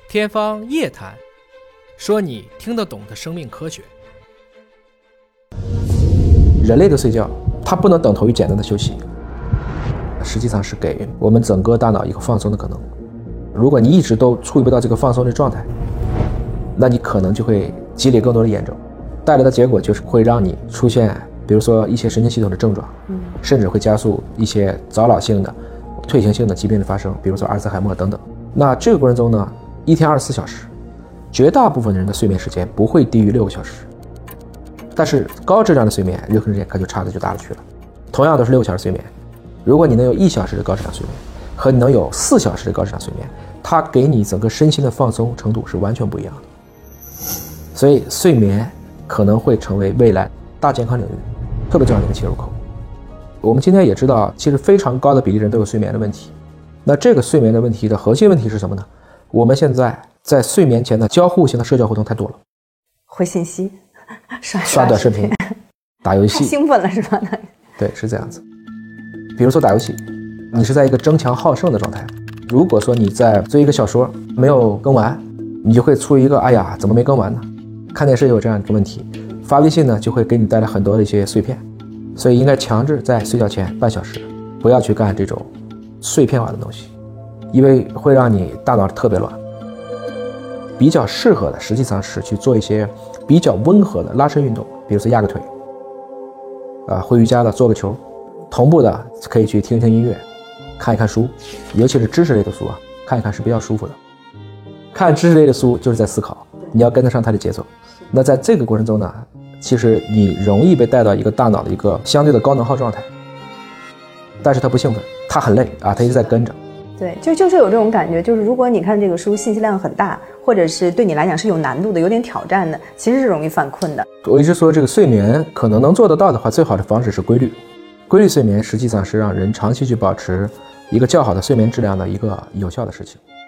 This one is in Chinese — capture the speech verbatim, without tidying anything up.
天方夜谭，说你听得懂的生命科学。 人类的睡觉，它不能等同于简单的休息，实际上是给我们整个大脑一个放松的可能。如果你一直都处理不到这个放松的状态，那你可能就会积累更多的炎症，带来的结果就是会让你出现，比如说一些神经系统的症状，嗯，甚至会加速一些早老性的、退行性的疾病的发生，比如说阿尔茨海默等等。那这个过程中呢，一天二十四小时，绝大部分人的睡眠时间不会低于六个小时。但是高质量的睡眠，人和人之间可就差的就大了去了。同样都是六小时睡眠，如果你能有一小时的高质量睡眠，和你能有四小时的高质量睡眠，它给你整个身心的放松程度是完全不一样的。所以睡眠可能会成为未来大健康领域特别重要的一个切入口。我们今天也知道，其实非常高的比例人都有睡眠的问题。那这个睡眠的问题的核心问题是什么呢？我们现在在睡眠前的交互型的社交活动太多了， 回信息，刷刷短视频，打游戏， 太兴奋了是吧？ 对，是这样子。比如说打游戏，你是在一个争强好胜的状态。如果说你在追一个小说没有更完，你就会出一个哎呀怎么没更完呢？看电视也有这样一个问题，发微信呢就会给你带来很多的一些碎片。所以应该强制在睡觉前半小时不要去干这种碎片化的东西，因为会让你大脑特别乱。比较适合的实际上是去做一些比较温和的拉伸运动，比如说压个腿，呃，会瑜伽的做个球，同步的可以去听听音乐，看一看书，尤其是知识类的书啊，看一看是比较舒服的。看知识类的书就是在思考，你要跟得上它的节奏。那在这个过程中呢，其实你容易被带到一个大脑的一个相对的高能耗状态，但是它不兴奋，它很累啊，它一直在跟着。 对，就就是有这种感觉，就是如果你看这个书信息量很大，或者是对你来讲是有难度的、有点挑战的，其实是容易犯困的。 我一直说这个睡眠可能能做得到的话，最好的方式是规律。规律睡眠实际上是让人长期去保持一个较好的睡眠质量的一个有效的事情。